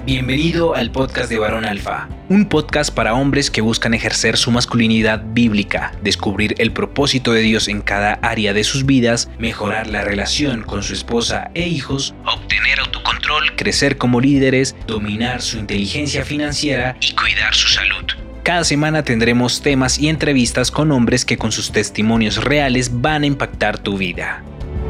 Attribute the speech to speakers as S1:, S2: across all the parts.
S1: Bienvenido al podcast de Varón Alfa, un podcast para hombres que buscan ejercer su masculinidad bíblica, descubrir el propósito de Dios en cada área de sus vidas, mejorar la relación con su esposa e hijos, obtener autocontrol, crecer como líderes, dominar su inteligencia financiera y cuidar su salud. Cada semana tendremos temas y entrevistas con hombres que con sus testimonios reales van a impactar tu vida.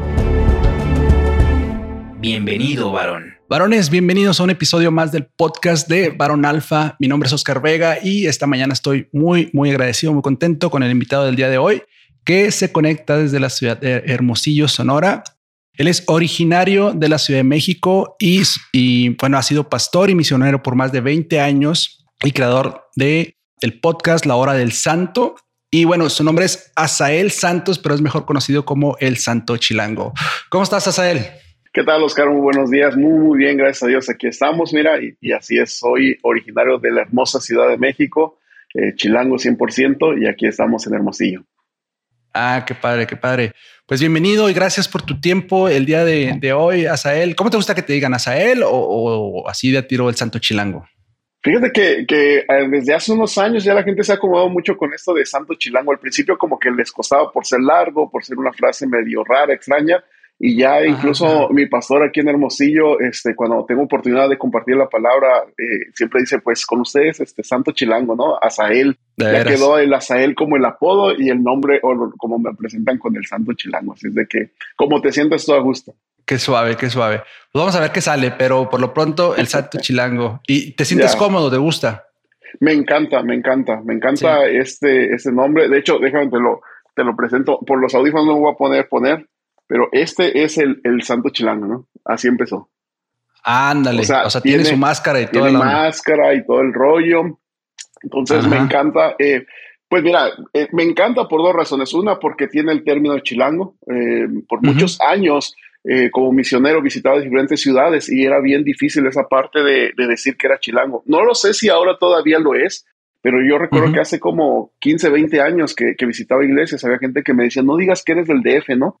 S1: Bienvenido, varón.
S2: Varones, bienvenidos a un episodio más del podcast de Varón Alfa. Mi nombre es Oscar Vega y esta mañana estoy muy agradecido, muy contento con el invitado del día de hoy, que se conecta desde la ciudad de Hermosillo, Sonora. Él es originario de la Ciudad de México y bueno, ha sido pastor y misionero por más de 20 años y creador de el podcast La Hora del Santo. Y bueno, su nombre es Asael Santos, pero es mejor conocido como El Santo Chilango. ¿Cómo estás, Asael?
S3: ¿Qué tal, Oscar? Muy buenos días. Muy bien, gracias a Dios. Aquí estamos, mira, y así es. Soy originario de la hermosa Ciudad de México, chilango 100%, y aquí estamos en Hermosillo.
S2: Ah, qué padre, qué padre. Pues bienvenido y gracias por tu tiempo el día de hoy, Asael. ¿Cómo te gusta que te digan, Asael o así de a tiro El Santo Chilango?
S3: Fíjate que desde hace unos años ya la gente se ha acomodado mucho con esto de Santo Chilango. Al principio como que les costaba por ser largo, por ser una frase medio rara, extraña. Y ya incluso mi pastor aquí en Hermosillo, cuando tengo oportunidad de compartir la palabra, siempre dice, pues con ustedes, Santo Chilango, ¿no? Asael. Ya quedó el Asael como el apodo y el nombre, o como me presentan con el Santo Chilango. Así es de que, como te sientes todo a gusto.
S2: Qué suave, qué suave. Pues vamos a ver qué sale, pero por lo pronto el Santo Chilango. ¿Y te sientes cómodo? ¿Te gusta?
S3: Me encanta sí. este nombre. De hecho, déjame, te lo presento. Por los audífonos no voy a poner. Pero este es el Santo Chilango, ¿no? Así empezó.
S2: Ándale, o sea tiene su máscara y todo.
S3: Tiene máscara y todo el rollo. Entonces me encanta. Pues mira, me encanta por dos razones. Una, porque tiene el término chilango. Por muchos años, como misionero, visitaba diferentes ciudades y era bien difícil esa parte de decir que era chilango. No lo sé si ahora todavía lo es, pero yo recuerdo que hace como 15, 20 años que visitaba iglesias, había gente que me decía, no digas que eres del DF, ¿no?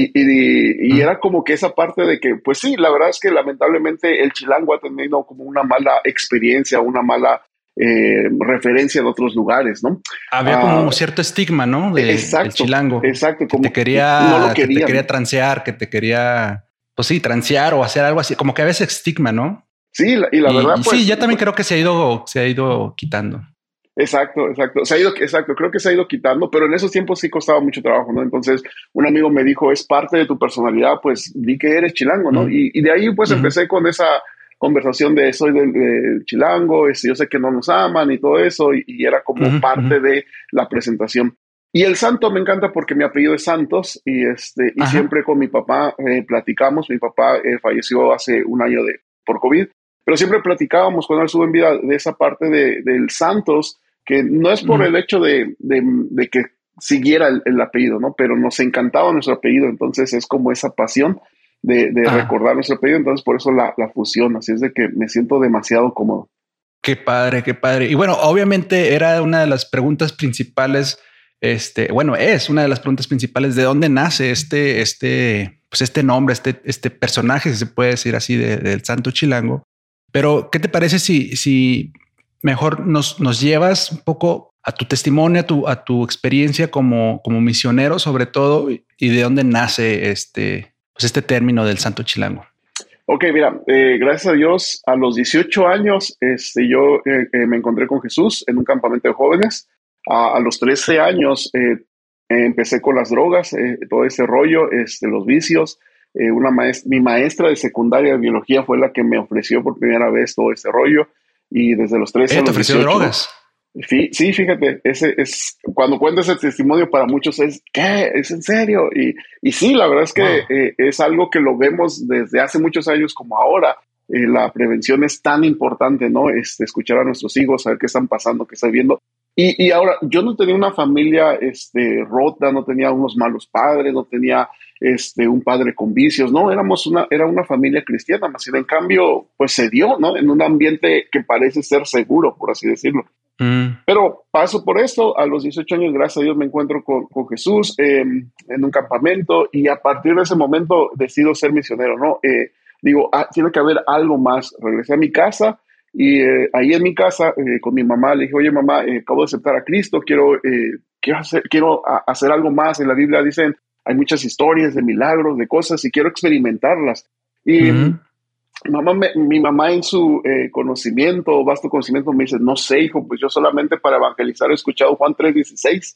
S3: Y era como que esa parte de que, pues sí, la verdad es que lamentablemente el chilango ha tenido como una mala experiencia, una mala referencia en otros lugares, ¿no?
S2: Había como un cierto estigma, ¿no? Del chilango.
S3: Exacto.
S2: Como que te quería transear, que te quería, pues sí, transear o hacer algo así, como que a veces estigma, ¿no?
S3: Sí, y la verdad, pues...
S2: Sí, ya también creo que se ha ido quitando.
S3: Exacto. Creo que se ha ido quitando, pero en esos tiempos sí costaba mucho trabajo, ¿no? Entonces, un amigo me dijo, es parte de tu personalidad, pues di que eres chilango, ¿no? Y de ahí, pues, empecé con esa conversación de soy del chilango, yo sé que no nos aman y todo eso, y era como parte de la presentación. Y el santo me encanta porque mi apellido es Santos, y siempre con mi papá platicamos. Mi papá falleció hace un año por COVID, pero siempre platicábamos cuando él estuvo en vida de esa parte del Santos, que no es por el hecho de que siguiera el apellido, ¿no? Pero nos encantaba nuestro apellido, entonces es como esa pasión de recordar nuestro apellido, entonces por eso la fusión, así es de que me siento demasiado cómodo.
S2: Qué padre, qué padre. Y bueno, obviamente era una de las preguntas principales, es una de las preguntas principales de dónde nace este nombre, este personaje, si se puede decir así, del Santo Chilango. Pero, ¿qué te parece si mejor nos llevas un poco a tu testimonio, a tu experiencia como misionero, sobre todo, y de dónde nace este término del Santo Chilango?
S3: Ok, mira, gracias a Dios, a los 18 años, yo me encontré con Jesús en un campamento de jóvenes. A los 13 años empecé con las drogas, todo ese rollo, los vicios. Mi maestra de secundaria de biología fue la que me ofreció por primera vez todo ese rollo, y desde los 13 a los 18... ¿Te ofreció drogas? Sí, fíjate, ese es cuando cuento ese testimonio, para muchos es ¿qué? ¿Es en serio? Y sí, la verdad es que es algo que lo vemos desde hace muchos años como ahora. La prevención es tan importante, ¿no? Escuchar a nuestros hijos, saber qué están pasando, qué están viendo. Y ahora, yo no tenía una familia rota, no tenía unos malos padres, no tenía un padre con vicios, ¿no? Era una familia cristiana, más bien, en cambio, pues se dio, ¿no? En un ambiente que parece ser seguro, por así decirlo. Pero paso por esto, a los 18 años, gracias a Dios, me encuentro con Jesús en un campamento, y a partir de ese momento decido ser misionero, ¿no? Digo, tiene que haber algo más. Regresé a mi casa y ahí en mi casa con mi mamá le dije, oye mamá, acabo de aceptar a Cristo, quiero hacer algo más. En la Biblia dicen, hay muchas historias de milagros, de cosas y quiero experimentarlas. Y mi mamá en su vasto conocimiento me dice, no sé hijo, pues yo solamente para evangelizar he escuchado Juan 3:16.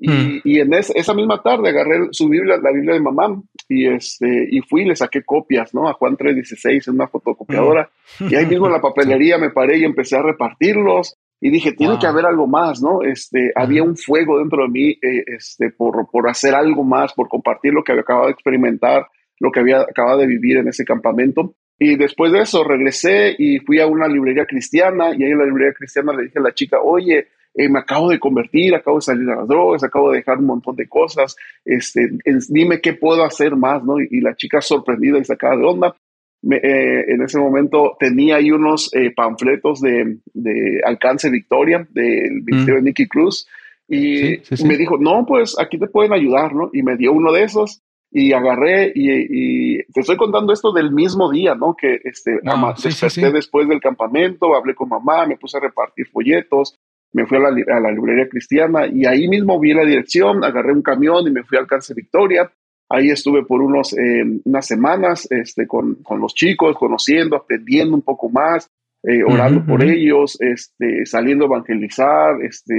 S3: Y en esa misma tarde agarré su Biblia, la Biblia de mamá, y fui y le saqué copias, ¿no? A Juan 3:16 en una fotocopiadora. Y ahí mismo en la papelería me paré y empecé a repartirlos. Y dije, tiene que haber algo más, ¿no? Había un fuego dentro de mí, por hacer algo más, por compartir lo que había acabado de experimentar, lo que había acabado de vivir en ese campamento. Y después de eso regresé y fui a una librería cristiana, y ahí en la librería cristiana le dije a la chica, oye, me acabo de convertir, acabo de salir de las drogas, acabo de dejar un montón de cosas, dime qué puedo hacer más, ¿no? Y la chica sorprendida y sacada de onda, en ese momento tenía ahí unos panfletos de Alcance Victoria, del ministerio de Nicky Cruz, y me dijo, no, pues aquí te pueden ayudar, ¿no? Y me dio uno de esos, y agarré, y te estoy contando esto del mismo día, ¿no? Que desperté después del campamento, hablé con mamá, me puse a repartir folletos, me fui a la librería cristiana y ahí mismo vi la dirección, agarré un camión y me fui a Alcance Victoria. Ahí estuve por unas semanas con los chicos, conociendo, aprendiendo un poco más, orando por ellos, saliendo a evangelizar,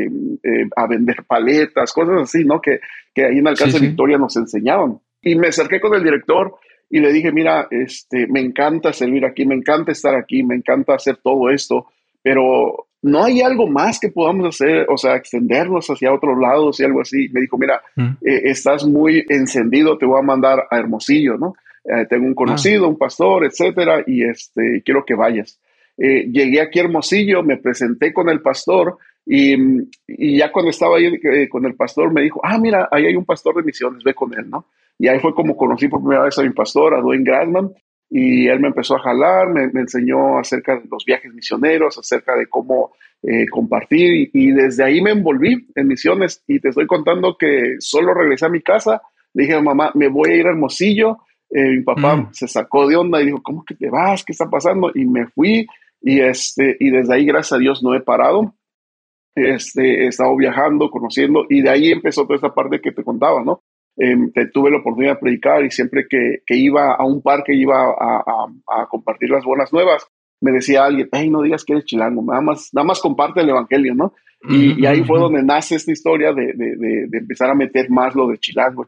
S3: a vender paletas, cosas así, ¿no? Que ahí en Alcance Victoria nos enseñaban. Y me acerqué con el director y le dije, mira, me encanta servir aquí, me encanta estar aquí, me encanta hacer todo esto, pero no hay algo más que podamos hacer, o sea, extendernos hacia otros lados y algo así. Me dijo, mira, estás muy encendido, te voy a mandar a Hermosillo, ¿no? Tengo un conocido, un pastor, etcétera, y quiero que vayas. Llegué aquí a Hermosillo, me presenté con el pastor y ya cuando estaba ahí con el pastor me dijo, mira, ahí hay un pastor de misiones, ve con él, ¿no? Y ahí fue como conocí por primera vez a mi pastor, a Dwayne Grassman, y él me empezó a jalar, me enseñó acerca de los viajes misioneros, acerca de cómo compartir, y desde ahí me envolví en misiones, y te estoy contando que solo regresé a mi casa, le dije a mamá, me voy a ir a Hermosillo. Mi papá se sacó de onda y dijo, ¿cómo que te vas? ¿Qué está pasando? Y me fui, y desde ahí, gracias a Dios, no he parado. He estado viajando, conociendo, y de ahí empezó toda esta parte que te contaba, ¿no? Tuve la oportunidad de predicar, y siempre que iba a un parque, iba a compartir las buenas nuevas, me decía alguien, hey, no digas que eres chilango, nada más comparte el evangelio, ¿no? Y ahí fue donde nace esta historia de empezar a meter más lo de chilango.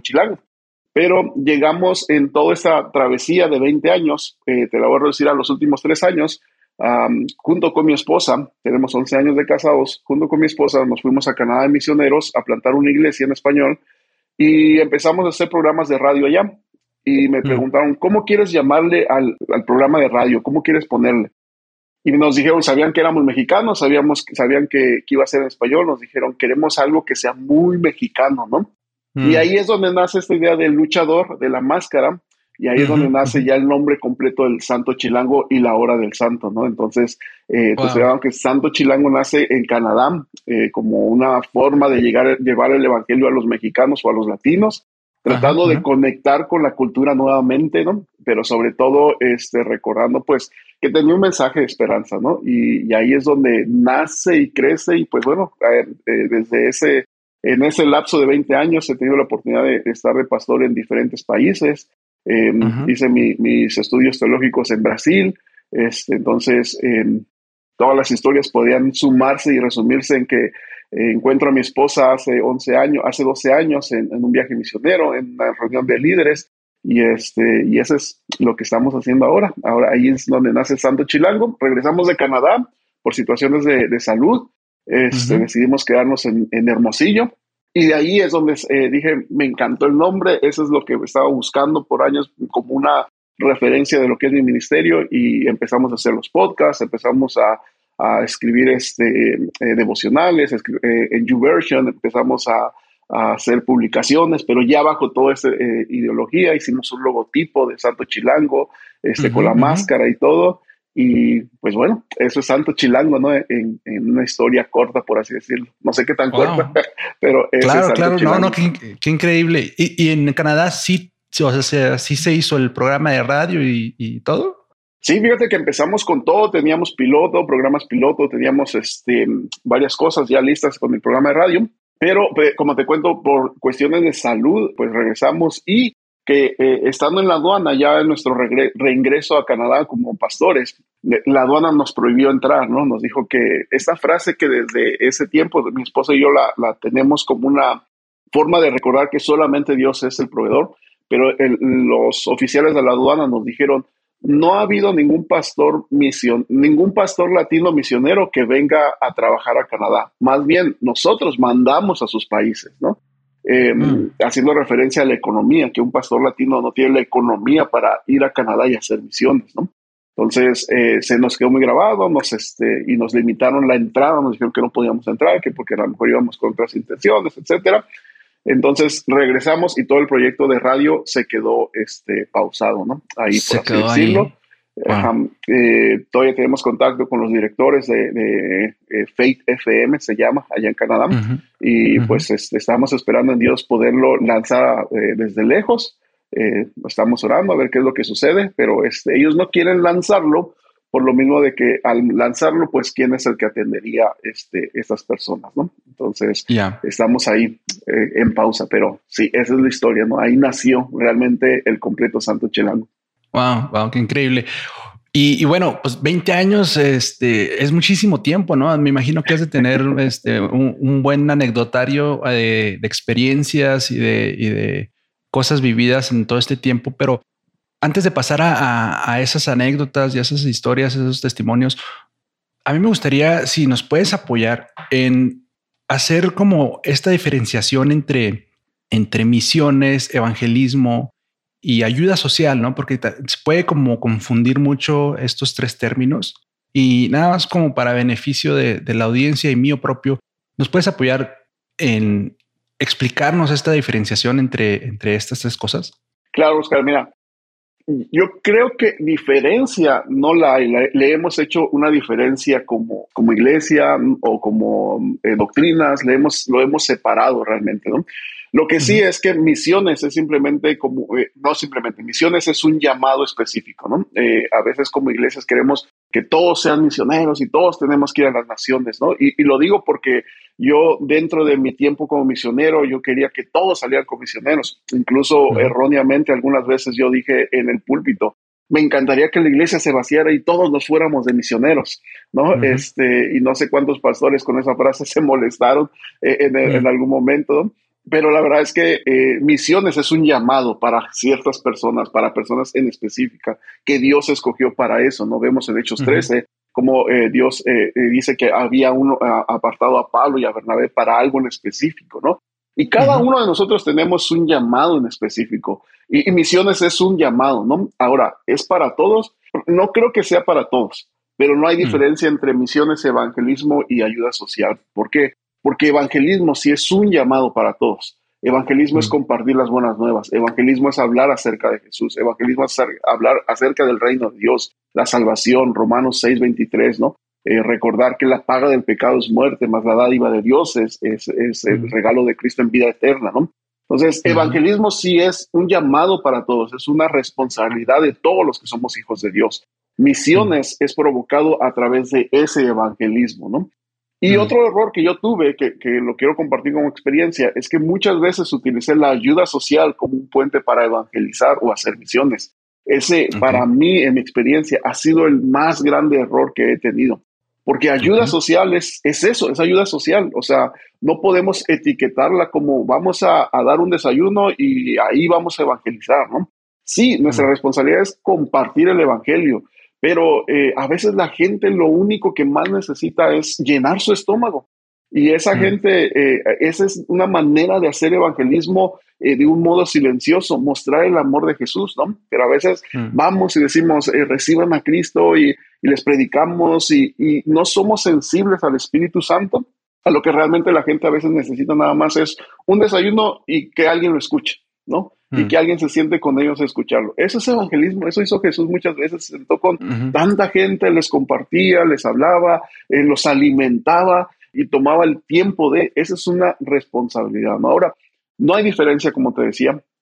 S3: Pero llegamos en toda esa travesía de 20 años, te la voy a reducir a los últimos 3 años, junto con mi esposa, tenemos 11 años de casados, junto con mi esposa nos fuimos a Canadá de misioneros a plantar una iglesia en español, y empezamos a hacer programas de radio allá. Y me preguntaron, ¿cómo quieres llamarle al programa de radio? ¿Cómo quieres ponerle? Y nos dijeron, sabían que éramos mexicanos, sabían que iba a ser en español, nos dijeron, queremos algo que sea muy mexicano, ¿no? Y ahí es donde nace esta idea del luchador, de la máscara, y ahí es donde nace ya el nombre completo del Santo Chilango y la Hora del Santo, ¿no? Entonces, que Santo Chilango nace en Canadá como una forma de llevar el evangelio a los mexicanos o a los latinos, tratando de conectar con la cultura nuevamente, ¿no? Pero sobre todo recordando, pues, que tenía un mensaje de esperanza, ¿no? Y ahí es donde nace y crece, y pues bueno, en ese lapso de 20 años he tenido la oportunidad de estar de pastor en diferentes países. Hice mis estudios teológicos en Brasil. Entonces, todas las historias podían sumarse y resumirse en que encuentro a mi esposa hace 12 años en un viaje misionero, en una reunión de líderes, y eso es lo que estamos haciendo ahora. Ahora ahí es donde nace Santo Chilango. Regresamos de Canadá por situaciones de salud. Decidimos quedarnos en Hermosillo, y de ahí es donde dije, me encantó el nombre, eso es lo que estaba buscando por años como una referencia de lo que es mi ministerio, y empezamos a hacer los podcasts, empezamos a escribir devocionales, en YouVersion, empezamos a hacer publicaciones, pero ya bajo toda esta ideología hicimos un logotipo de Santo Chilango, con la máscara y todo. Y pues bueno, eso es Santo Chilango, ¿no? En una historia corta, por así decirlo. No sé qué tan corta, pero eso es Santo Chilango.
S2: Qué increíble. Y en Canadá sí Sí, o sea, sí se hizo el programa de radio y todo.
S3: Sí, fíjate que empezamos con todo, teníamos programas piloto, teníamos varias cosas ya listas con el programa de radio, pero como te cuento, por cuestiones de salud, pues regresamos y que estando en la aduana, ya en nuestro reingreso a Canadá como pastores, la aduana nos prohibió entrar, ¿no? Nos dijo que esta frase que desde ese tiempo mi esposa y yo la tenemos como una forma de recordar que solamente Dios es el proveedor, pero los oficiales de la aduana nos dijeron, no ha habido ningún pastor latino misionero que venga a trabajar a Canadá. Más bien, nosotros mandamos a sus países, ¿no? Haciendo referencia a la economía, que un pastor latino no tiene la economía para ir a Canadá y hacer misiones, ¿no? Entonces, se nos quedó muy grabado, y nos limitaron la entrada, nos dijeron que no podíamos entrar, que porque a lo mejor íbamos con otras intenciones, etcétera. Entonces regresamos y todo el proyecto de radio se quedó pausado, ¿no? Ahí,
S2: Se
S3: por así
S2: quedó
S3: decirlo.
S2: ahí. Wow.
S3: Todavía tenemos contacto con los directores de Faith FM, se llama, allá en Canadá. Y pues estamos esperando en Dios poderlo lanzar desde lejos. Estamos orando a ver qué es lo que sucede, pero ellos no quieren lanzarlo por lo mismo de que al lanzarlo, pues, ¿quién es el que atendería estas personas, no? Entonces, estamos ahí en pausa, pero sí, esa es la historia, ¿no? Ahí nació realmente el completo Santo Chilango.
S2: Wow, qué increíble. Y bueno, pues 20 años es muchísimo tiempo, ¿no? Me imagino que has de tener un buen anecdotario de experiencias y de cosas vividas en todo este tiempo, pero antes de pasar a esas anécdotas y a esas historias, esos testimonios, a mí me gustaría si nos puedes apoyar en hacer como esta diferenciación entre misiones, evangelismo y ayuda social, ¿no? Porque se puede como confundir mucho estos tres términos y nada más como para beneficio de la audiencia y mío propio, ¿nos puedes apoyar en explicarnos esta diferenciación entre estas tres cosas?
S3: Claro, Oscar, mira, yo creo que diferencia no la hay. Le hemos hecho una diferencia como iglesia o como doctrinas, lo hemos separado realmente, ¿no? Lo que sí es que misiones es simplemente misiones es un llamado específico, ¿no? A veces como iglesias queremos que todos sean misioneros y todos tenemos que ir a las naciones, ¿no? Y lo digo porque yo dentro de mi tiempo como misionero, yo quería que todos salieran como misioneros. Incluso erróneamente algunas veces yo dije en el púlpito, me encantaría que la iglesia se vaciara y todos nos fuéramos de misioneros, ¿no? Y no sé cuántos pastores con esa frase se molestaron en algún momento, ¿no? Pero la verdad es que misiones es un llamado para ciertas personas, para personas en específica, que Dios escogió para eso, ¿no? Vemos en Hechos 13 como Dios dice que había uno apartado a Pablo y a Bernabé para algo en específico, ¿no? Y cada uno de nosotros tenemos un llamado en específico. Y misiones es un llamado, ¿no? Ahora, ¿es para todos? No creo que sea para todos, pero no hay diferencia entre misiones, evangelismo y ayuda social. ¿Por qué? Porque evangelismo sí es un llamado para todos. Evangelismo es compartir las buenas nuevas. Evangelismo es hablar acerca de Jesús. Evangelismo es hablar acerca del reino de Dios, la salvación, Romanos 6:23, ¿no? Recordar que la paga del pecado es muerte, más la dádiva de Dios es el regalo de Cristo en vida eterna, ¿no? Entonces, evangelismo sí es un llamado para todos, es una responsabilidad de todos los que somos hijos de Dios. Misiones es provocado a través de ese evangelismo, ¿no? Y otro error que yo tuve, que lo quiero compartir como experiencia, es que muchas veces utilicé la ayuda social como un puente para evangelizar o hacer misiones. Ese, para mí, en mi experiencia, ha sido el más grande error que he tenido. Porque ayuda social es eso, es ayuda social. O sea, no podemos etiquetarla como vamos a dar un desayuno y ahí vamos a evangelizar, ¿no? Sí, nuestra responsabilidad es compartir el evangelio, pero a veces la gente lo único que más necesita es llenar su estómago. Y esa gente, esa es una manera de hacer evangelismo de un modo silencioso, mostrar el amor de Jesús, ¿no? Pero a veces vamos y decimos, reciban a Cristo y les predicamos y no somos sensibles al Espíritu Santo. A lo que realmente la gente a veces necesita nada más es un desayuno y que alguien lo escuche, ¿no? Y que alguien se siente con ellos a escucharlo. Eso es evangelismo, eso hizo Jesús muchas veces. Se sentó con tanta gente, les compartía, les hablaba, los alimentaba y tomaba el tiempo de... Esa es una responsabilidad, ¿no? Ahora, no hay diferencia, como te decía.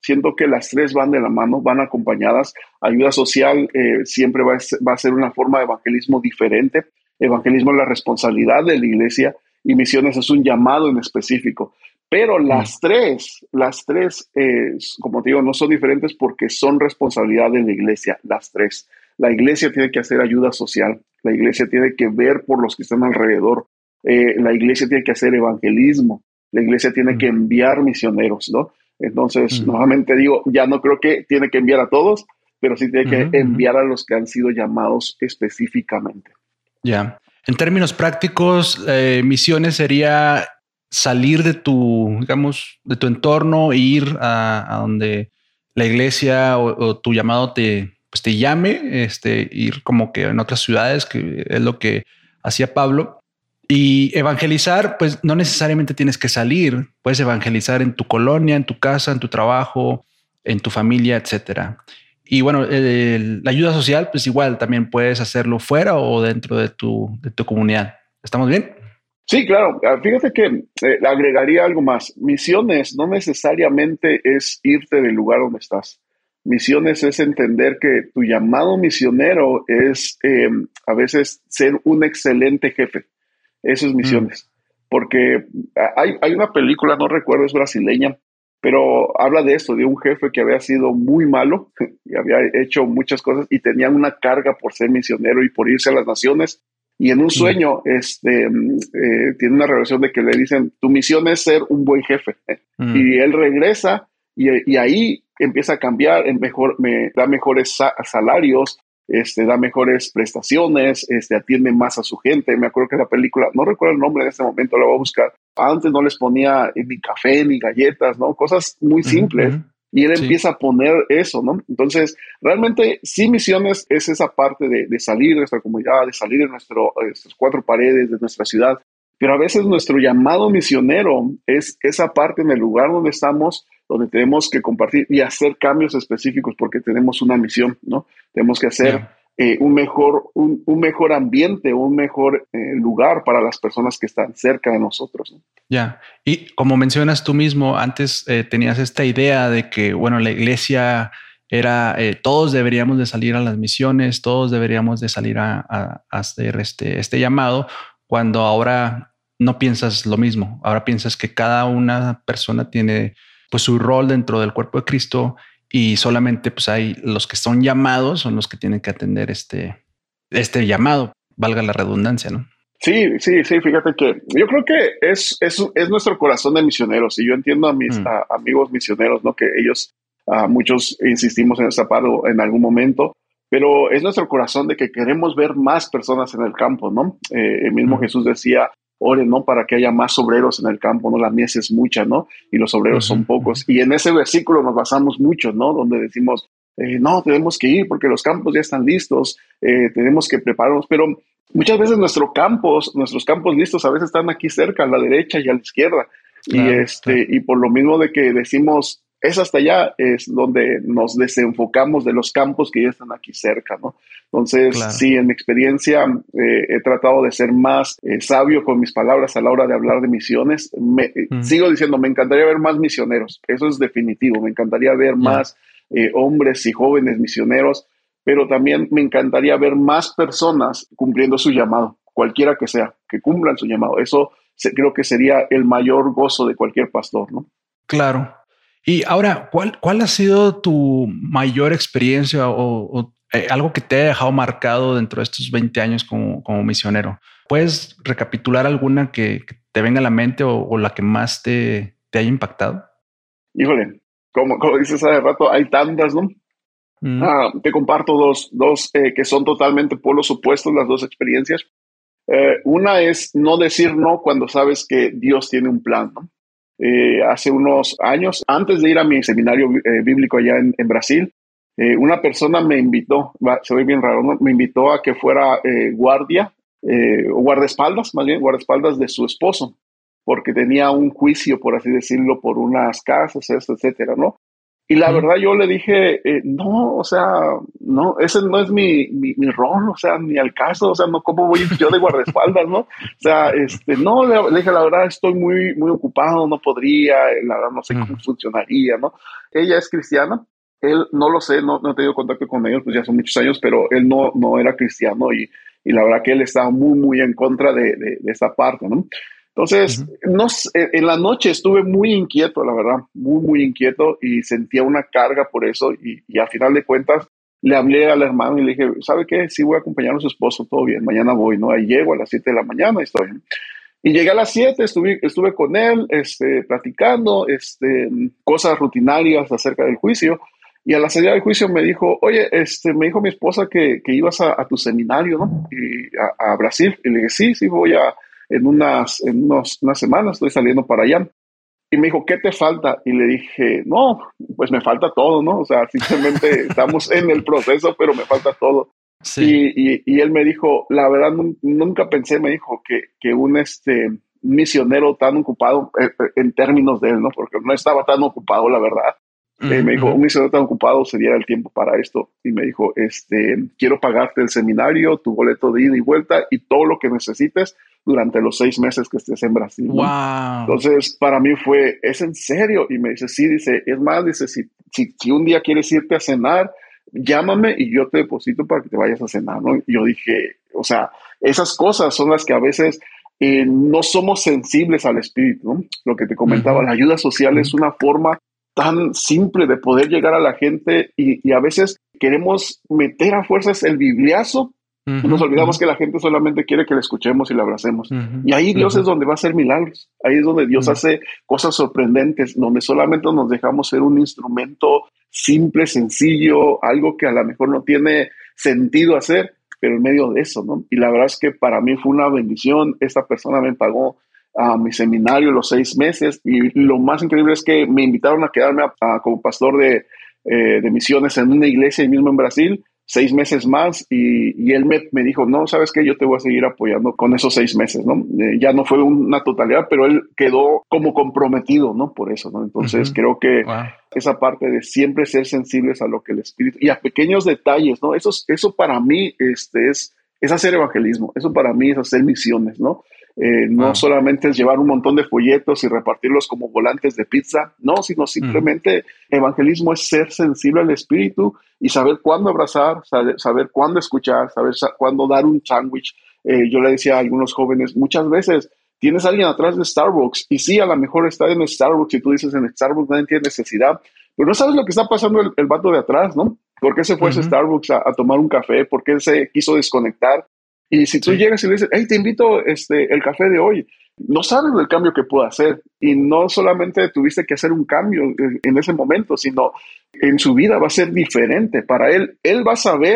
S3: Siento que las tres van de la mano, van acompañadas. Ayuda social siempre va a ser una forma de evangelismo diferente. Evangelismo es la responsabilidad de la iglesia y misiones es un llamado en específico. Pero las tres, como te digo, no son diferentes porque son responsabilidad de la iglesia, las tres. La iglesia tiene que hacer ayuda social, la iglesia tiene que ver por los que están alrededor, la iglesia tiene que hacer evangelismo, la iglesia tiene que enviar misioneros, ¿no? Entonces, nuevamente digo, ya no creo que tiene que enviar a todos, pero sí tiene que enviar a los que han sido llamados específicamente.
S2: Ya. En términos prácticos, misiones sería salir de tu, digamos, de tu entorno e ir a donde la iglesia o tu llamado te llame, ir como que en otras ciudades, que es lo que hacía Pablo. Y evangelizar, pues no necesariamente tienes que salir, puedes evangelizar en tu colonia, en tu casa, en tu trabajo, en tu familia, etcétera. Y bueno, la ayuda social, pues igual también puedes hacerlo fuera o dentro de tu comunidad. ¿Estamos bien?
S3: Sí, claro. Fíjate que agregaría algo más. Misiones no necesariamente es irte del lugar donde estás. Misiones es entender que tu llamado misionero es a veces ser un excelente jefe. Eso es misiones. Porque hay una película, no recuerdo, es brasileña, pero habla de esto, de un jefe que había sido muy malo y había hecho muchas cosas y tenía una carga por ser misionero y por irse a las naciones. Y en un sueño tiene una revelación de que le dicen, tu misión es ser un buen jefe. Y él regresa y ahí empieza a cambiar, da mejores salarios, da mejores prestaciones, atiende más a su gente. Me acuerdo que la película, no recuerdo el nombre en este momento, la voy a buscar. Antes no les ponía ni café ni galletas, ¿no? Cosas muy simples. Y él empieza a poner eso, ¿no? Entonces, realmente, sí, misiones es esa parte de salir de nuestra comunidad, de salir de nuestras cuatro paredes, de nuestra ciudad. Pero a veces nuestro llamado misionero es esa parte en el lugar donde estamos, donde tenemos que compartir y hacer cambios específicos porque tenemos una misión, ¿no? Tenemos que hacer un mejor ambiente, un mejor lugar para las personas que están cerca de nosotros, ¿no?
S2: Ya. Y como mencionas tú mismo, antes tenías esta idea de que, bueno, la iglesia era, todos deberíamos de salir a las misiones, todos deberíamos de salir a hacer este llamado, cuando ahora no piensas lo mismo. Ahora piensas que cada una persona tiene pues su rol dentro del cuerpo de Cristo y solamente pues hay los que son llamados, son los que tienen que atender este llamado, valga la redundancia, ¿no?
S3: Sí, fíjate que yo creo que es nuestro corazón de misioneros y yo entiendo a mis amigos misioneros, ¿no? Que ellos, muchos insistimos en esa parte en algún momento, pero es nuestro corazón de que queremos ver más personas en el campo, ¿no? El mismo Jesús decía, oren, ¿no? Para que haya más obreros en el campo, ¿no? La mies es mucha, ¿no? Y los obreros son pocos. Y en ese versículo nos basamos mucho, ¿no? Donde decimos, no, tenemos que ir porque los campos ya están listos, tenemos que prepararnos, pero muchas veces nuestros campos listos a veces están aquí cerca, a la derecha y a la izquierda. Claro, y por lo mismo de que decimos, es hasta allá, es donde nos desenfocamos de los campos que ya están aquí cerca, ¿no? Entonces, sí, en mi experiencia he tratado de ser más sabio con mis palabras a la hora de hablar de misiones. Sigo diciendo, me encantaría ver más misioneros, eso es definitivo, me encantaría ver más hombres y jóvenes misioneros, pero también me encantaría ver más personas cumpliendo su llamado, cualquiera que sea, que cumplan su llamado. Eso creo que sería el mayor gozo de cualquier pastor, ¿no?
S2: Claro. Y ahora, ¿cuál ha sido tu mayor experiencia o algo que te haya dejado marcado dentro de estos 20 años como misionero? ¿Puedes recapitular alguna que te venga a la mente o la que más te haya impactado?
S3: Híjole, como dices hace rato, hay tantas, ¿no? Te comparto dos que son totalmente polos opuestos, las dos experiencias. Una es no decir no cuando sabes que Dios tiene un plan, ¿no? Hace unos años, antes de ir a mi seminario bíblico allá en Brasil, una persona me invitó, se ve bien raro, ¿no? Me invitó a que fuera guardaespaldas, más bien, guardaespaldas de su esposo, porque tenía un juicio, por así decirlo, por unas casas, etcétera, ¿no? Y la verdad yo le dije, no, o sea, no, ese no es mi rol, o sea, ni al caso, o sea, no, ¿cómo voy yo de guardaespaldas, no? O sea, no, le dije, la verdad estoy muy, muy ocupado, no podría, la verdad no sé cómo funcionaría, ¿no? Ella es cristiana, él no lo sé, no he tenido contacto con ellos, pues ya son muchos años, pero él no era cristiano y la verdad que él estaba muy, muy en contra de esta parte, ¿no? Entonces, no, en la noche estuve muy inquieto, la verdad, muy, muy inquieto y sentía una carga por eso y a final de cuentas le hablé al hermano y le dije, ¿sabe qué? Sí voy a acompañar a su esposo, todo bien, mañana voy, ¿no? Ahí llego a las 7 de la mañana y estoy bien. Y llegué a las 7, estuve con él, platicando, cosas rutinarias acerca del juicio. Y a la salida del juicio me dijo, oye, me dijo mi esposa que ibas a tu seminario, ¿no? Y a Brasil. Y le dije, sí, voy unas semanas, estoy saliendo para allá. Y me dijo, ¿qué te falta? Y le dije, no, pues me falta todo, ¿no? O sea, simplemente estamos en el proceso, pero me falta todo.
S2: Sí.
S3: Y él me dijo, la verdad, nunca pensé, me dijo, que un misionero tan ocupado, en términos de él, ¿no? Porque no estaba tan ocupado, la verdad. Me dijo, un misionero tan ocupado se diera el tiempo para esto. Y me dijo, quiero pagarte el seminario, tu boleto de ida y vuelta y todo lo que necesites durante los 6 meses que estés en Brasil, ¿no?
S2: Wow.
S3: Entonces, para mí ¿es en serio? Y me dice, sí, dice, es más, dice, si un día quieres irte a cenar, llámame y yo te deposito para que te vayas a cenar, ¿no? Y yo dije, o sea, esas cosas son las que a veces no somos sensibles al espíritu, ¿no? Lo que te comentaba, la ayuda social es una forma tan simple de poder llegar a la gente y a veces queremos meter a fuerzas el bibliazo y nos olvidamos que la gente solamente quiere que le escuchemos y le abracemos. Y ahí Dios es donde va a hacer milagros. Ahí es donde Dios hace cosas sorprendentes, donde solamente nos dejamos ser un instrumento simple, sencillo, algo que a lo mejor no tiene sentido hacer, pero en medio de eso, ¿no? Y la verdad es que para mí fue una bendición. Esta persona me pagó a mi seminario los 6 meses y lo más increíble es que me invitaron a quedarme como pastor de misiones en una iglesia mismo en Brasil 6 meses más y él me dijo, no, ¿sabes qué? Yo te voy a seguir apoyando con esos 6 meses, ¿no? Ya no fue una totalidad, pero él quedó como comprometido, ¿no? Por eso, ¿no? Entonces creo que esa parte de siempre ser sensibles a lo que el Espíritu y a pequeños detalles, ¿no? Eso para mí es hacer evangelismo, eso para mí es hacer misiones, ¿no? No solamente es llevar un montón de folletos y repartirlos como volantes de pizza, no, sino simplemente evangelismo es ser sensible al Espíritu y saber cuándo abrazar, saber cuándo escuchar, saber cuándo dar un sándwich. Yo le decía a algunos jóvenes, muchas veces tienes a alguien atrás de Starbucks y sí, a lo mejor está en Starbucks y tú dices en Starbucks nadie tiene necesidad, pero no sabes lo que está pasando el vato de atrás, ¿no? ¿Por qué se fue a Starbucks a tomar un café? ¿Por qué se quiso desconectar? Y si tú llegas y le dices, hey, te invito el café de hoy, no sabes el cambio que puede hacer. Y no solamente tuviste que hacer un cambio en ese momento, sino en su vida va a ser diferente. Para él va a saber,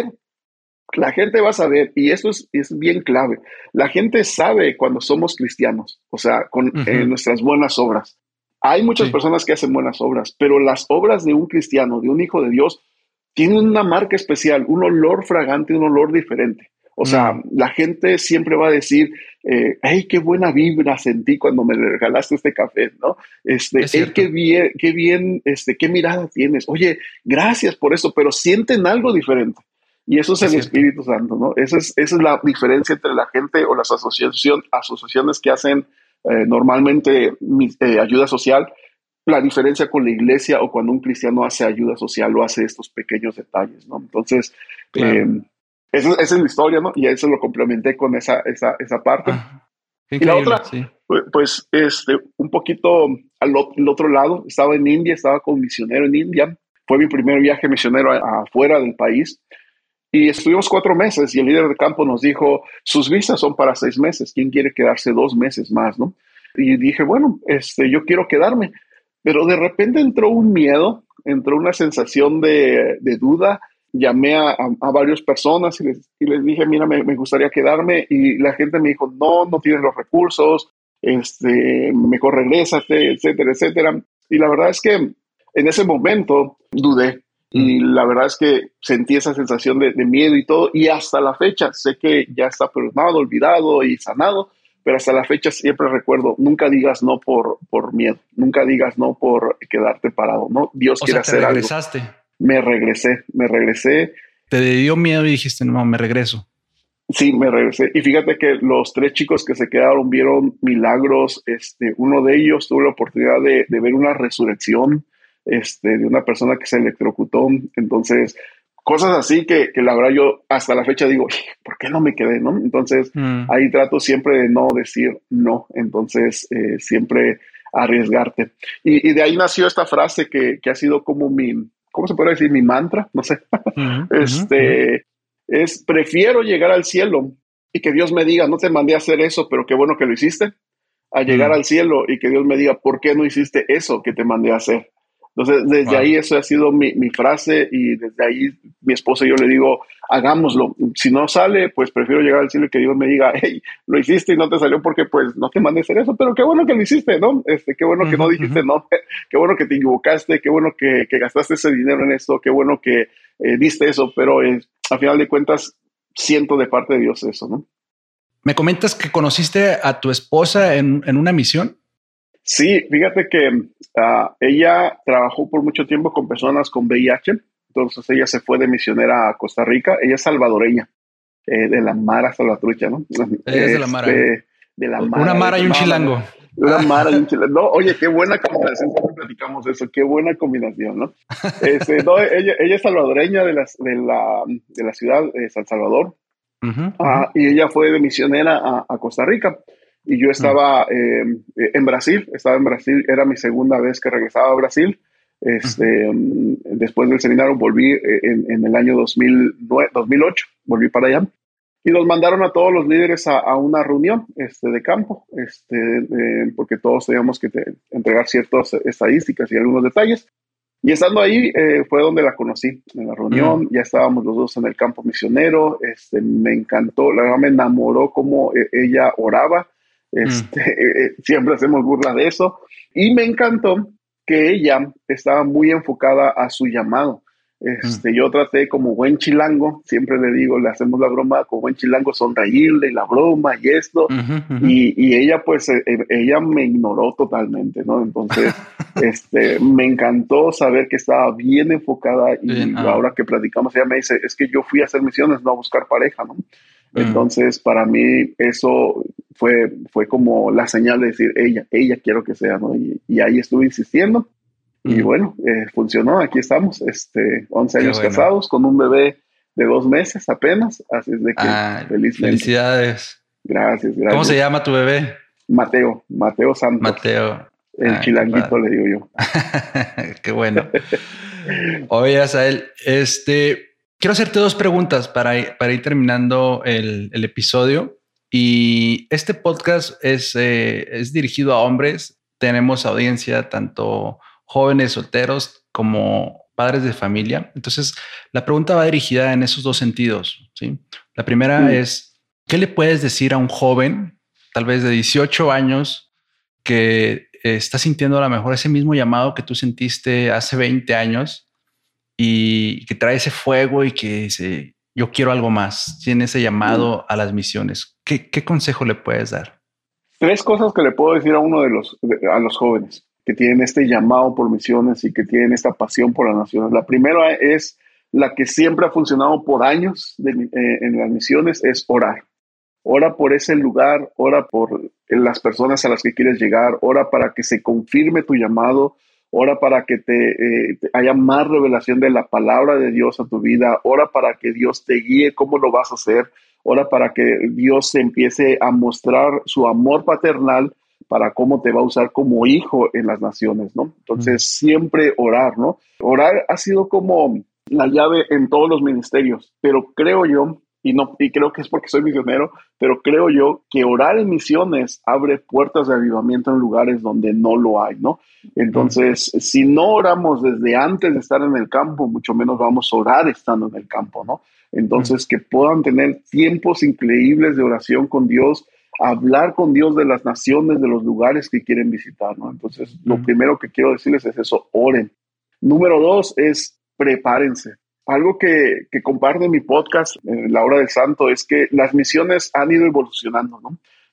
S3: la gente va a saber, y esto es bien clave. La gente sabe cuando somos cristianos, o sea, con nuestras buenas obras. Hay muchas personas que hacen buenas obras, pero las obras de un cristiano, de un hijo de Dios, tienen una marca especial, un olor fragante, un olor diferente. O sea, la gente siempre va a decir, hey, qué buena vibra sentí cuando me regalaste este café, ¿no? Hey, qué bien, qué mirada tienes. Oye, gracias por eso, pero sienten algo diferente. Y eso es el Espíritu Santo, ¿no? Esa es la diferencia entre la gente o las asociaciones que hacen normalmente ayuda social. La diferencia con la iglesia o cuando un cristiano hace ayuda social o hace estos pequeños detalles, ¿no? Entonces, esa es la historia, ¿no? Y eso lo complementé con esa parte. Y la otra, pues, un poquito al otro lado, estaba en India, estaba como misionero en India. Fue mi primer viaje misionero afuera del país. Y estuvimos 4 meses y el líder de campo nos dijo, sus visas son para 6 meses. ¿Quién quiere quedarse 2 meses más, no? Y dije, bueno, yo quiero quedarme. Pero de repente entró un miedo, entró una sensación de duda. Llamé a varias personas y les dije, mira, me gustaría quedarme. Y la gente me dijo, no tienes los recursos, mejor regrésate, etcétera, etcétera. Y la verdad es que en ese momento dudé. Y la verdad es que sentí esa sensación de miedo y todo. Y hasta la fecha sé que ya está perdonado, olvidado y sanado. pero hasta la fecha siempre recuerdo, nunca digas no por miedo, nunca digas no por quedarte parado, ¿no? Dios quiere hacer algo.
S2: O sea, te regresaste.
S3: Me regresé.
S2: Te dio miedo y dijiste, no, me regreso.
S3: Sí, me regresé. Y fíjate que los 3 chicos que se quedaron vieron milagros. Uno de ellos tuvo la oportunidad de ver una resurrección, de una persona que se electrocutó. Entonces, cosas así que la verdad yo hasta la fecha digo, ¿por qué no me quedé, no? Entonces, ahí trato siempre de no decir no. Entonces, siempre arriesgarte. Y de ahí nació esta frase que ha sido como ¿cómo se puede decir? Mi mantra, no sé. Es prefiero llegar al cielo y que Dios me diga, no te mandé a hacer eso, pero qué bueno que lo hiciste, a llegar al cielo y que Dios me diga, ¿por qué no hiciste eso que te mandé a hacer? Entonces, desde ahí eso ha sido mi frase, y desde ahí mi esposa y yo le digo, hagámoslo. Si no sale, pues prefiero llegar al cielo y que Dios me diga, hey, lo hiciste y no te salió porque pues no te mandé a hacer eso, pero qué bueno que lo hiciste, ¿no? Qué bueno que no dijiste no, qué bueno que te equivocaste, qué bueno que gastaste ese dinero en esto, qué bueno que diste eso, pero al final de cuentas siento de parte de Dios eso, ¿no?
S2: Me comentas que conociste a tu esposa en una misión.
S3: Sí, fíjate que ella trabajó por mucho tiempo con personas con VIH, entonces ella se fue de misionera a Costa Rica. Ella es salvadoreña, de la Mara Salvatrucha, ¿no?
S2: Ella es de la Mara.
S3: De la Mara.
S2: Una Mara y un chilango.
S3: Una Mara y un chilango. No, oye, qué buena combinación, siempre platicamos eso, qué buena combinación, ¿no? No, ella es salvadoreña de la ciudad de San Salvador, y ella fue de misionera a Costa Rica. Y yo estaba en Brasil, era mi segunda vez que regresaba a Brasil. Después del seminario volví en el año 2008, volví para allá. Y nos mandaron a todos los líderes a una reunión de campo, porque todos teníamos que entregar ciertas estadísticas y algunos detalles. Y estando ahí fue donde la conocí, en la reunión. Ya estábamos los dos en el campo misionero. Me encantó, la verdad me enamoró cómo ella oraba. Siempre hacemos burla de eso, y me encantó que ella estaba muy enfocada a su llamado. Yo traté como buen chilango, siempre le digo, le hacemos la broma como buen chilango, sonreírle la broma y esto, y ella pues ella me ignoró totalmente, ¿no? Entonces me encantó saber que estaba bien enfocada, y ahora que platicamos ella me dice, es que yo fui a hacer misiones, no a buscar pareja, ¿no? Entonces, para mí eso fue como la señal de decir, ella quiero que sea, ¿no? Y ahí estuve insistiendo, y bueno, funcionó, aquí estamos, 11 años casados, con un bebé de 2 meses apenas, así es de que
S2: felicidades.
S3: Gracias.
S2: ¿Cómo se llama tu bebé?
S3: Mateo Santos.
S2: Mateo.
S3: El chilanguito, le digo yo.
S2: Qué bueno. Oye, Asael, quiero hacerte 2 preguntas para ir terminando el episodio. Y este podcast es dirigido a hombres. Tenemos audiencia tanto jóvenes solteros como padres de familia. Entonces, la pregunta va dirigida en esos 2 sentidos, ¿sí? La primera es, ¿qué le puedes decir a un joven, tal vez de 18 años, que está sintiendo a lo mejor ese mismo llamado que tú sentiste hace 20 años y que trae ese fuego y que dice, yo quiero algo más, tiene ese llamado a las misiones? ¿Qué consejo le puedes dar?
S3: 3 cosas que le puedo decir a a los jóvenes que tienen este llamado por misiones y que tienen esta pasión por las naciones. La primera es la que siempre ha funcionado por años en las misiones, es orar. Ora por ese lugar, ora por las personas a las que quieres llegar, ora para que se confirme tu llamado, ora para que haya más revelación de la palabra de Dios a tu vida, ora para que Dios te guíe cómo lo vas a hacer, ora para que Dios se empiece a mostrar su amor paternal para cómo te va a usar como hijo en las naciones, ¿no? Entonces, siempre orar, ¿no? Orar ha sido como la llave en todos los ministerios, pero creo yo, y creo que es porque soy misionero, pero creo yo que orar en misiones abre puertas de avivamiento en lugares donde no lo hay, ¿no? Entonces, si no oramos desde antes de estar en el campo, mucho menos vamos a orar estando en el campo, ¿no? Entonces, que puedan tener tiempos increíbles de oración con Dios, hablar con Dios de las naciones, de los lugares que quieren visitar, ¿no? Entonces, lo primero que quiero decirles es eso, oren. Número 2 es prepárense. Algo que comparto en mi podcast, La Hora del Santo, es que las misiones han ido evolucionando, ¿no?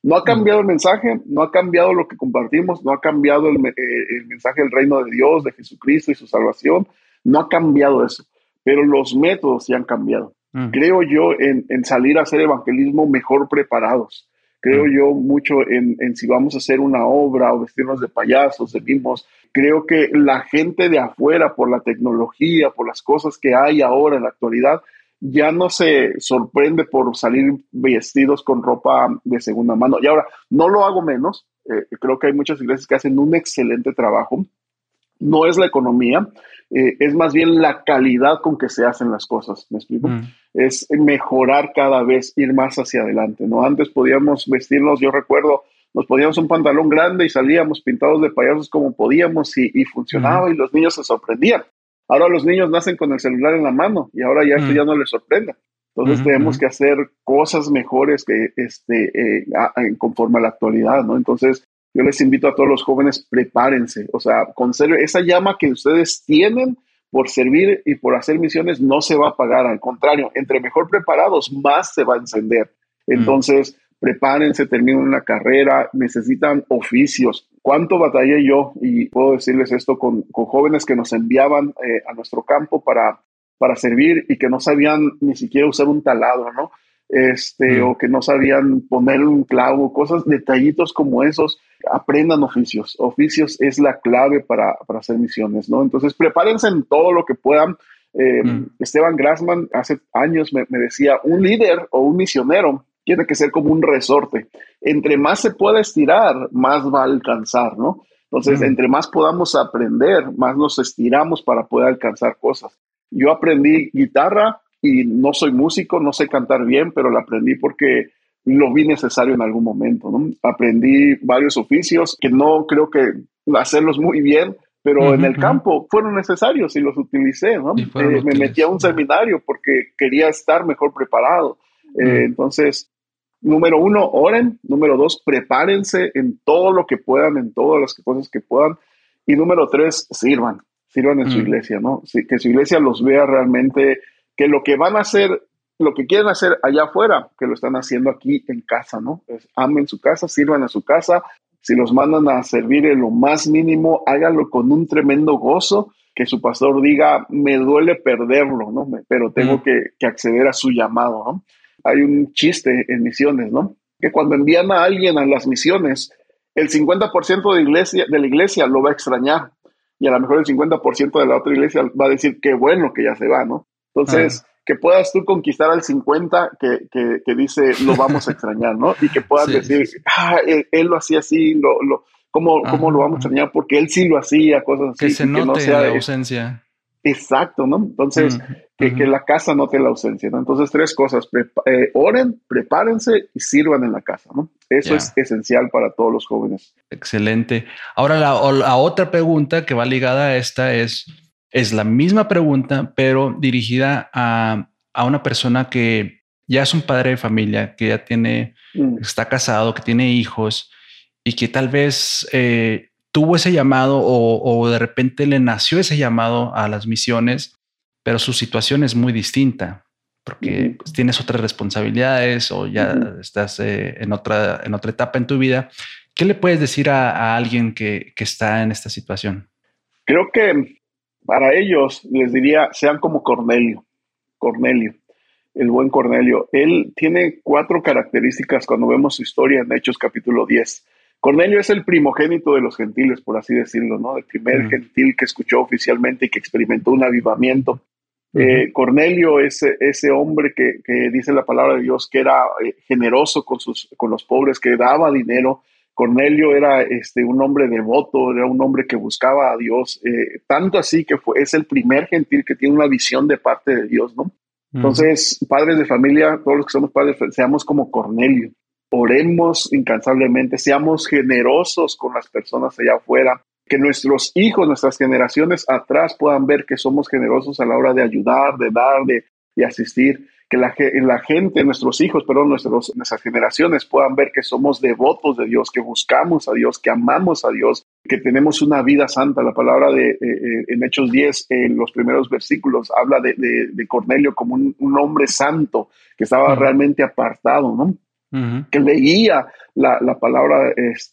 S3: No ha cambiado el mensaje, no ha cambiado lo que compartimos, no ha cambiado el mensaje del reino de Dios, de Jesucristo y su salvación. No ha cambiado eso, pero los métodos sí han cambiado. Creo yo en salir a hacer evangelismo mejor preparados. Creo yo mucho en si vamos a hacer una obra o vestirnos de payasos, de mimos. Creo que la gente de afuera, por la tecnología, por las cosas que hay ahora en la actualidad, ya no se sorprende por salir vestidos con ropa de segunda mano. Y ahora, no lo hago menos. Creo que hay muchas iglesias que hacen un excelente trabajo. No es la economía, es más bien la calidad con que se hacen las cosas, ¿me explico? Es mejorar cada vez, ir más hacia adelante, ¿no? Antes podíamos vestirnos, yo recuerdo, nos poníamos un pantalón grande y salíamos pintados de payasos como podíamos y funcionaba y los niños se sorprendían. Ahora los niños nacen con el celular en la mano y ahora ya esto ya no les sorprende. Entonces tenemos que hacer cosas mejores que conforme a la actualidad, ¿no? Entonces yo les invito a todos los jóvenes, prepárense, o sea, conserven esa llama que ustedes tienen por servir y por hacer misiones, no se va a apagar, al contrario, entre mejor preparados, más se va a encender. Entonces, prepárense, terminen una carrera, necesitan oficios. ¿Cuánto batallé yo? Y puedo decirles esto con jóvenes que nos enviaban a nuestro campo para servir y que no sabían ni siquiera usar un taladro, ¿no? O que no sabían poner un clavo, cosas, detallitos como esos. Aprendan oficios. Oficios es la clave para hacer misiones, ¿no? Entonces, prepárense en todo lo que puedan. Esteban Grassman hace años me decía, un líder o un misionero tiene que ser como un resorte. Entre más se pueda estirar, más va a alcanzar, ¿no? Entonces, entre más podamos aprender, más nos estiramos para poder alcanzar cosas. Yo aprendí guitarra y no soy músico, no sé cantar bien, pero la aprendí porque lo vi necesario en algún momento, ¿no? Aprendí varios oficios que no creo que hacerlos muy bien, pero en el campo fueron necesarios y los utilicé, ¿no? Me metí a un seminario porque quería estar mejor preparado. Entonces, número 1, oren. Número 2, prepárense en todo lo que puedan, en todas las cosas que puedan. Y número 3, sirvan en su iglesia, ¿no? Que su iglesia los vea realmente, que lo que van a hacer, lo que quieren hacer allá afuera, que lo están haciendo aquí en casa, ¿no? Pues, amen su casa, sirvan a su casa. Si los mandan a servir en lo más mínimo, háganlo con un tremendo gozo, que su pastor diga, me duele perderlo, ¿no? Pero tengo que acceder a su llamado, ¿no? Hay un chiste en misiones, ¿no? Que cuando envían a alguien a las misiones, el 50% de la iglesia lo va a extrañar y a lo mejor el 50% de la otra iglesia va a decir, qué bueno que ya se va, ¿no? Entonces, que puedas tú conquistar al 50 que dice, lo vamos a extrañar, ¿no? Y que puedas decir, él lo hacía así, ¿cómo lo vamos a extrañar? Porque él sí lo hacía, cosas así.
S2: Que se note
S3: no sea,
S2: la ausencia.
S3: Exacto, ¿no? Entonces, que la casa note la ausencia, ¿no? Entonces, 3 cosas, oren, prepárense y sirvan en la casa, ¿no? Eso es esencial para todos los jóvenes.
S2: Excelente. Ahora, la otra pregunta que va ligada a esta es la misma pregunta, pero dirigida a una persona que ya es un padre de familia, que ya está casado, que tiene hijos y que tal vez tuvo ese llamado o de repente le nació ese llamado a las misiones, pero su situación es muy distinta porque pues, tienes otras responsabilidades o ya estás en otra etapa en tu vida. ¿Qué le puedes decir a alguien que está en esta situación?
S3: Creo que para ellos les diría, sean como Cornelio, el buen Cornelio. Él tiene 4 características cuando vemos su historia en Hechos capítulo 10. Cornelio es el primogénito de los gentiles, por así decirlo, ¿no? El primer gentil que escuchó oficialmente y que experimentó un avivamiento. Cornelio es ese hombre que dice la palabra de Dios que era generoso con los pobres, que daba dinero. Cornelio era un hombre devoto, era un hombre que buscaba a Dios, tanto así que es el primer gentil que tiene una visión de parte de Dios, ¿no? Entonces, padres de familia, todos los que somos padres, seamos como Cornelio. Oremos incansablemente, seamos generosos con las personas allá afuera, que nuestros hijos, nuestras generaciones atrás puedan ver que somos generosos a la hora de ayudar, de dar, de asistir, que la gente, nuestros hijos, nuestras generaciones puedan ver que somos devotos de Dios, que buscamos a Dios, que amamos a Dios, que tenemos una vida santa. La palabra en Hechos 10, en los primeros versículos, habla de Cornelio como un hombre santo que estaba realmente apartado, ¿no? que leía la palabra,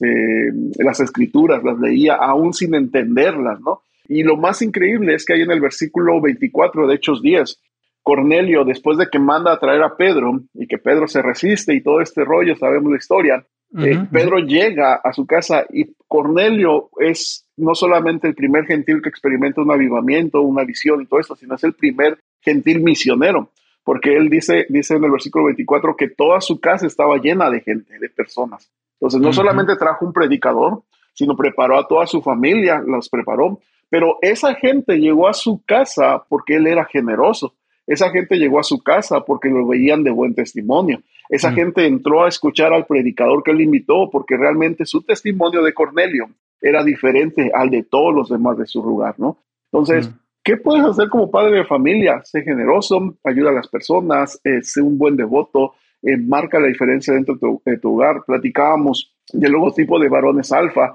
S3: las escrituras, las leía aún sin entenderlas, ¿no? Y lo más increíble es que ahí en el versículo 24 de Hechos 10, Cornelio, después de que manda a traer a Pedro y que Pedro se resiste y todo este rollo, sabemos la historia, Pedro llega a su casa y Cornelio es no solamente el primer gentil que experimenta un avivamiento, una visión y todo esto, sino es el primer gentil misionero, porque él dice en el versículo 24 que toda su casa estaba llena de gente, de personas. Entonces no solamente trajo un predicador, sino preparó a toda su familia, los preparó, pero esa gente llegó a su casa porque él era generoso. Esa gente llegó a su casa porque lo veían de buen testimonio. Esa gente entró a escuchar al predicador que él invitó porque realmente su testimonio de Cornelio era diferente al de todos los demás de su lugar, ¿no? Entonces, ¿qué puedes hacer como padre de familia? Sé generoso, ayuda a las personas, sé un buen devoto, marca la diferencia dentro de tu hogar. Platicábamos del logotipo de Varones Alfa.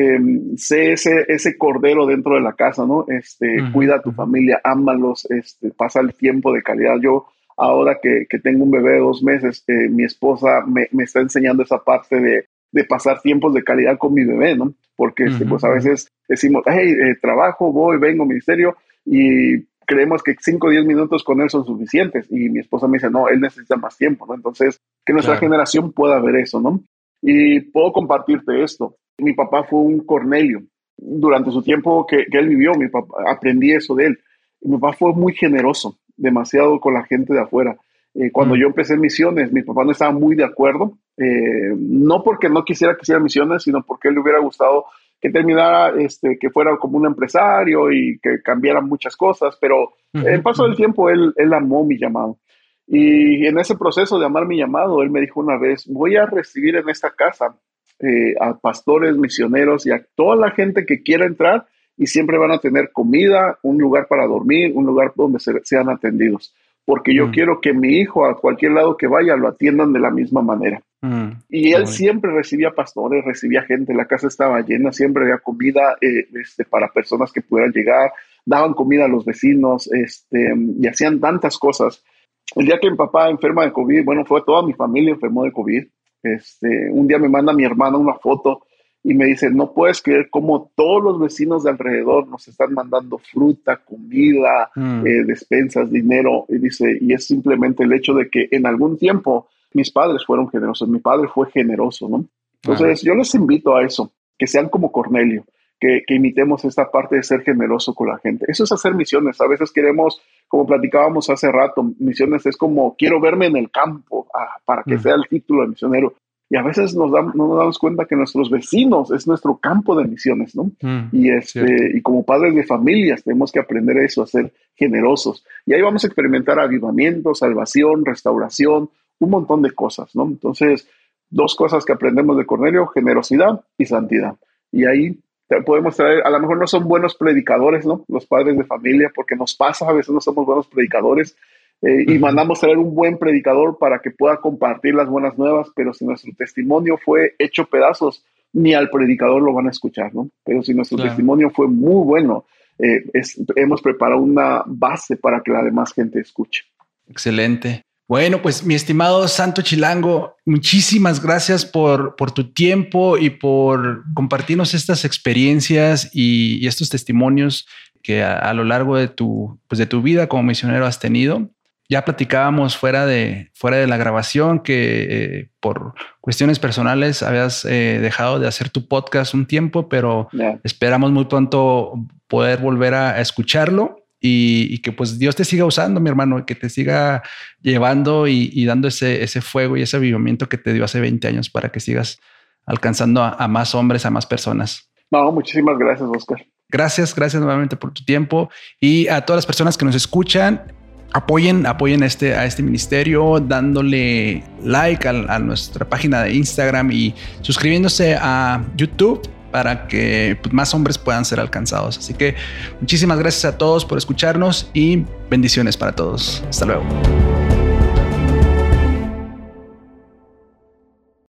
S3: Sé ese cordero dentro de la casa, ¿no? Cuida a tu familia, ámalos, pasa el tiempo de calidad. Yo, ahora que tengo un bebé de 2 meses, mi esposa me está enseñando esa parte de pasar tiempos de calidad con mi bebé, ¿no? Porque pues a veces decimos, hey, trabajo, voy, vengo, ministerio, y creemos que 5 o 10 minutos con él son suficientes. Y mi esposa me dice, no, él necesita más tiempo, ¿no? Entonces, que nuestra generación pueda ver eso, ¿no? Y puedo compartirte esto. Mi papá fue un Cornelio. Durante su tiempo que él vivió, mi papá, aprendí eso de él. Mi papá fue muy generoso, demasiado con la gente de afuera. Cuando yo empecé misiones, mi papá no estaba muy de acuerdo. No porque no quisiera que hiciera misiones, sino porque él le hubiera gustado que terminara, que fuera como un empresario y que cambiara muchas cosas. Pero el paso del tiempo, él amó mi llamado. Y en ese proceso de amar mi llamado, él me dijo una vez, voy a recibir en esta casa a pastores, misioneros y a toda la gente que quiera entrar, y siempre van a tener comida, un lugar para dormir, un lugar donde sean atendidos. Porque yo quiero que mi hijo, a cualquier lado que vaya, lo atiendan de la misma manera. Y él siempre recibía pastores, recibía gente, la casa estaba llena, siempre había comida para personas que pudieran llegar, daban comida a los vecinos, y hacían tantas cosas. El día que mi papá enferma de COVID, bueno, fue toda mi familia enfermó de COVID. Un día me manda mi hermana una foto y me dice, no puedes creer cómo todos los vecinos de alrededor nos están mandando fruta, comida, despensas, dinero. Y dice, y es simplemente el hecho de que en algún tiempo mis padres fueron generosos, mi padre fue generoso, ¿no? Entonces yo les invito a eso, que sean como Cornelio, que imitemos esta parte de ser generoso con la gente. Eso es hacer misiones. A veces queremos, como platicábamos hace rato, misiones es como, quiero verme en el campo para que sea el título de misionero. Y a veces no nos damos cuenta que nuestros vecinos es nuestro campo de misiones, ¿no? Y como padres de familias tenemos que aprender eso, a ser generosos. Y ahí vamos a experimentar avivamiento, salvación, restauración, un montón de cosas, ¿no? Entonces, 2 cosas que aprendemos de Cornelio, generosidad y santidad. Y ahí podemos traer, a lo mejor no son buenos predicadores, ¿no? Los padres de familia, porque nos pasa, a veces no somos buenos predicadores, y mandamos traer un buen predicador para que pueda compartir las buenas nuevas, pero si nuestro testimonio fue hecho pedazos, ni al predicador lo van a escuchar, ¿no? Pero si nuestro testimonio fue muy bueno, hemos preparado una base para que la demás gente escuche.
S2: Excelente. Bueno, pues mi estimado Santo Chilango, muchísimas gracias por tu tiempo y por compartirnos estas experiencias y estos testimonios que a lo largo de tu vida como misionero has tenido. Ya platicábamos fuera de la grabación que por cuestiones personales habías dejado de hacer tu podcast un tiempo, pero esperamos muy pronto poder volver a escucharlo. Y que pues Dios te siga usando, mi hermano, que te siga llevando y dando ese fuego y ese avivamiento que te dio hace 20 años para que sigas alcanzando a más hombres, a más personas.
S3: No, muchísimas gracias, Oscar.
S2: Gracias nuevamente por tu tiempo, y a todas las personas que nos escuchan, apoyen a este ministerio dándole like a nuestra página de Instagram y suscribiéndose a YouTube para que más hombres puedan ser alcanzados. Así que muchísimas gracias a todos por escucharnos y bendiciones para todos. Hasta luego.